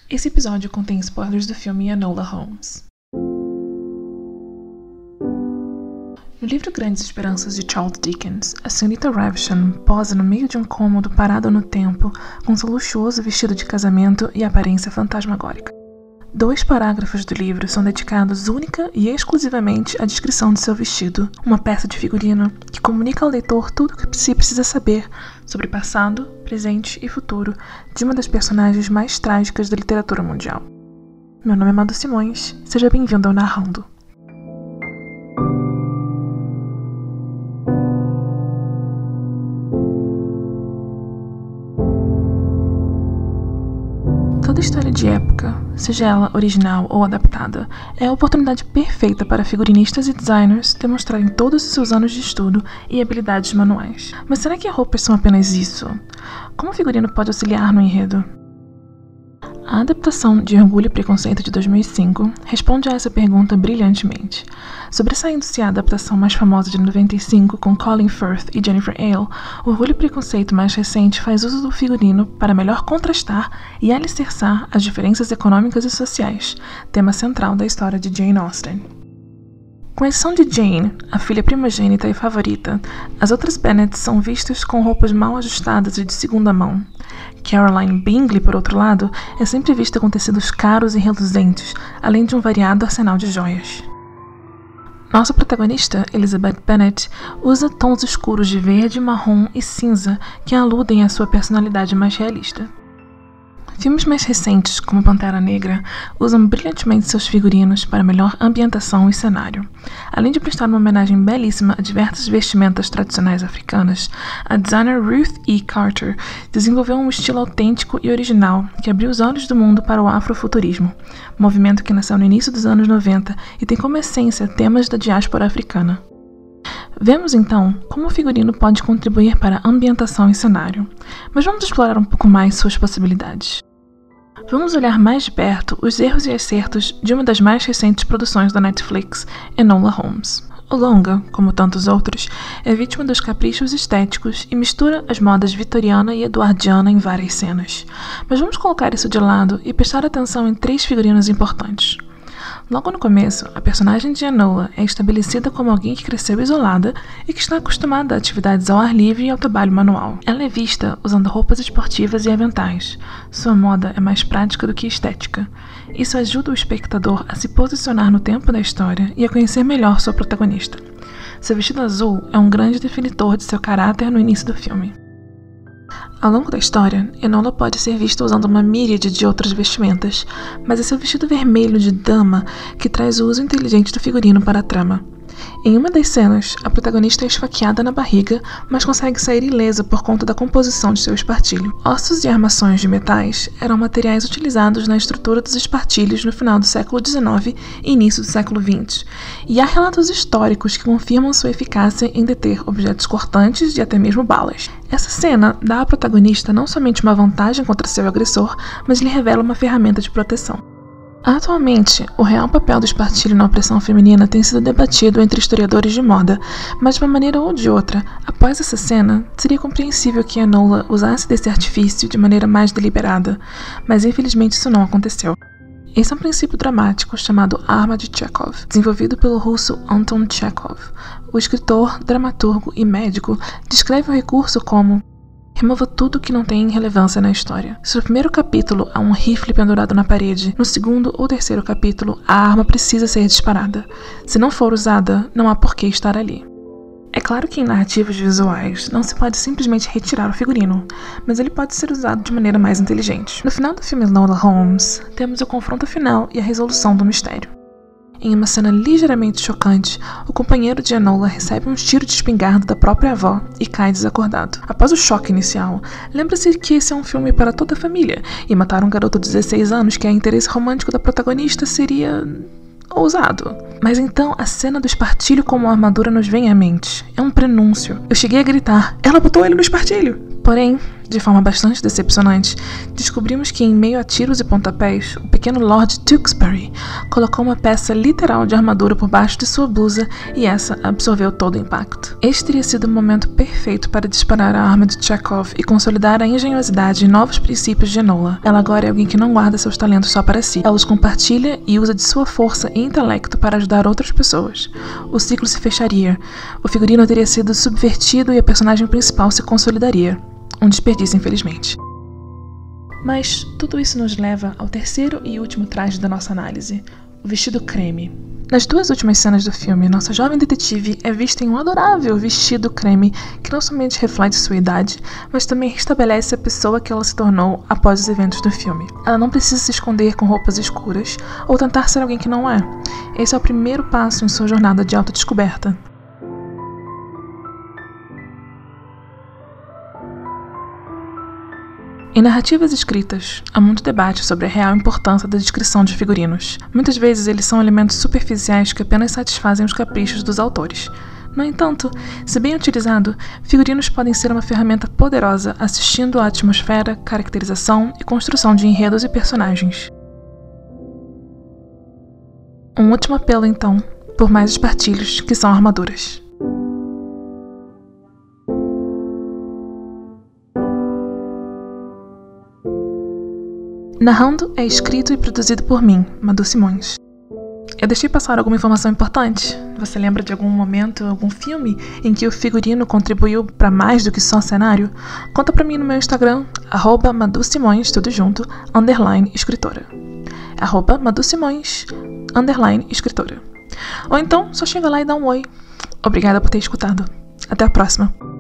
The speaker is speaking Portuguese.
Esse episódio contém spoilers do filme Enola Holmes. No livro Grandes Esperanças de Charles Dickens, a senhorita Ravisham posa no meio de um cômodo parada no tempo, com seu luxuoso vestido de casamento e aparência fantasmagórica. 2 parágrafos do livro são dedicados única e exclusivamente à descrição de seu vestido, uma peça de figurino que comunica ao leitor tudo o que se precisa saber sobre passado, presente e futuro de uma das personagens mais trágicas da literatura mundial. Meu nome é Madu Simões, seja bem-vindo ao Narrando. Toda história de época, seja ela original ou adaptada, é a oportunidade perfeita para figurinistas e designers demonstrarem todos os seus anos de estudo e habilidades manuais. Mas será que roupas são apenas isso? Como o figurino pode auxiliar no enredo? A adaptação de Orgulho e Preconceito de 2005 responde a essa pergunta brilhantemente. Sobressaindo-se a adaptação mais famosa de 95 com Colin Firth e Jennifer Hale, o Orgulho e Preconceito mais recente faz uso do figurino para melhor contrastar e alicerçar as diferenças econômicas e sociais, tema central da história de Jane Austen. Com exceção de Jane, a filha primogênita e favorita, as outras Bennet são vistas com roupas mal ajustadas e de segunda mão. Caroline Bingley, por outro lado, é sempre vista com tecidos caros e reluzentes, além de um variado arsenal de joias. Nossa protagonista, Elizabeth Bennet, usa tons escuros de verde, marrom e cinza que aludem à sua personalidade mais realista. Filmes mais recentes, como Pantera Negra, usam brilhantemente seus figurinos para melhor ambientação e cenário. Além de prestar uma homenagem belíssima a diversas vestimentas tradicionais africanas, a designer Ruth E. Carter desenvolveu um estilo autêntico e original que abriu os olhos do mundo para o afrofuturismo, movimento que nasceu no início dos anos 90 e tem como essência temas da diáspora africana. Vemos então como o figurino pode contribuir para a ambientação e cenário, mas vamos explorar um pouco mais suas possibilidades. Vamos olhar mais de perto os erros e acertos de uma das mais recentes produções da Netflix, Enola Holmes. O longa, como tantos outros, é vítima dos caprichos estéticos e mistura as modas vitoriana e eduardiana em várias cenas. Mas vamos colocar isso de lado e prestar atenção em 3 figurinos importantes. Logo no começo, a personagem de Enola é estabelecida como alguém que cresceu isolada e que está acostumada a atividades ao ar livre e ao trabalho manual. Ela é vista usando roupas esportivas e aventais. Sua moda é mais prática do que estética. Isso ajuda o espectador a se posicionar no tempo da história e a conhecer melhor sua protagonista. Seu vestido azul é um grande definitor de seu caráter no início do filme. Ao longo da história, Enola pode ser vista usando uma míriade de outras vestimentas, mas é seu vestido vermelho de dama que traz o uso inteligente do figurino para a trama. Em uma das cenas, a protagonista é esfaqueada na barriga, mas consegue sair ilesa por conta da composição de seu espartilho. Ossos e armações de metais eram materiais utilizados na estrutura dos espartilhos no final do século XIX e início do século XX, e há relatos históricos que confirmam sua eficácia em deter objetos cortantes e até mesmo balas. Essa cena dá à protagonista não somente uma vantagem contra seu agressor, mas lhe revela uma ferramenta de proteção. Atualmente, o real papel do espartilho na opressão feminina tem sido debatido entre historiadores de moda, mas de uma maneira ou de outra, após essa cena, seria compreensível que Enola usasse desse artifício de maneira mais deliberada, mas infelizmente isso não aconteceu. Esse é um princípio dramático chamado arma de Chekhov, desenvolvido pelo russo Anton Chekhov. O escritor, dramaturgo e médico descreve o recurso como: remova tudo que não tem relevância na história. Se no primeiro capítulo há um rifle pendurado na parede, no segundo ou terceiro capítulo a arma precisa ser disparada. Se não for usada, não há por que estar ali. É claro que em narrativas visuais não se pode simplesmente retirar o figurino, mas ele pode ser usado de maneira mais inteligente. No final do filme Enola Holmes, temos o confronto final e a resolução do mistério. Em uma cena ligeiramente chocante, o companheiro de Enola recebe um tiro de espingarda da própria avó e cai desacordado. Após o choque inicial, lembra-se que esse é um filme para toda a família, e matar um garoto de 16 anos que é interesse romântico da protagonista seria ousado. Mas então a cena do espartilho como armadura nos vem à mente. É um prenúncio. Eu cheguei a gritar: ela botou ele no espartilho! Porém, De forma bastante decepcionante, descobrimos que, em meio a tiros e pontapés, o pequeno Lord Tewksbury colocou uma peça literal de armadura por baixo de sua blusa e essa absorveu todo o impacto. Este teria sido o momento perfeito para disparar a arma de Chekhov e consolidar a engenhosidade e novos princípios de Enola. Ela agora é alguém que não guarda seus talentos só para si. Ela os compartilha e usa de sua força e intelecto para ajudar outras pessoas. O ciclo se fecharia, o figurino teria sido subvertido e a personagem principal se consolidaria. Um desperdício, infelizmente. Mas tudo isso nos leva ao terceiro e último traje da nossa análise, o vestido creme. Nas duas últimas cenas do filme, nossa jovem detetive é vista em um adorável vestido creme que não somente reflete sua idade, mas também restabelece a pessoa que ela se tornou após os eventos do filme. Ela não precisa se esconder com roupas escuras ou tentar ser alguém que não é. Esse é o primeiro passo em sua jornada de autodescoberta. Em narrativas escritas, há muito debate sobre a real importância da descrição de figurinos. Muitas vezes eles são elementos superficiais que apenas satisfazem os caprichos dos autores. No entanto, se bem utilizado, figurinos podem ser uma ferramenta poderosa assistindo à atmosfera, caracterização e construção de enredos e personagens. Um último apelo, então, por mais espartilhos que são armaduras. Narrando é escrito e produzido por mim, Madu Simões. Eu deixei passar alguma informação importante? Você lembra de algum momento, algum filme, em que o figurino contribuiu para mais do que só cenário? Conta pra mim no meu Instagram, @MaduSimões, tudo junto, _escritora. @MaduSimões, _escritora. Ou então, só chega lá e dá um oi. Obrigada por ter escutado. Até a próxima.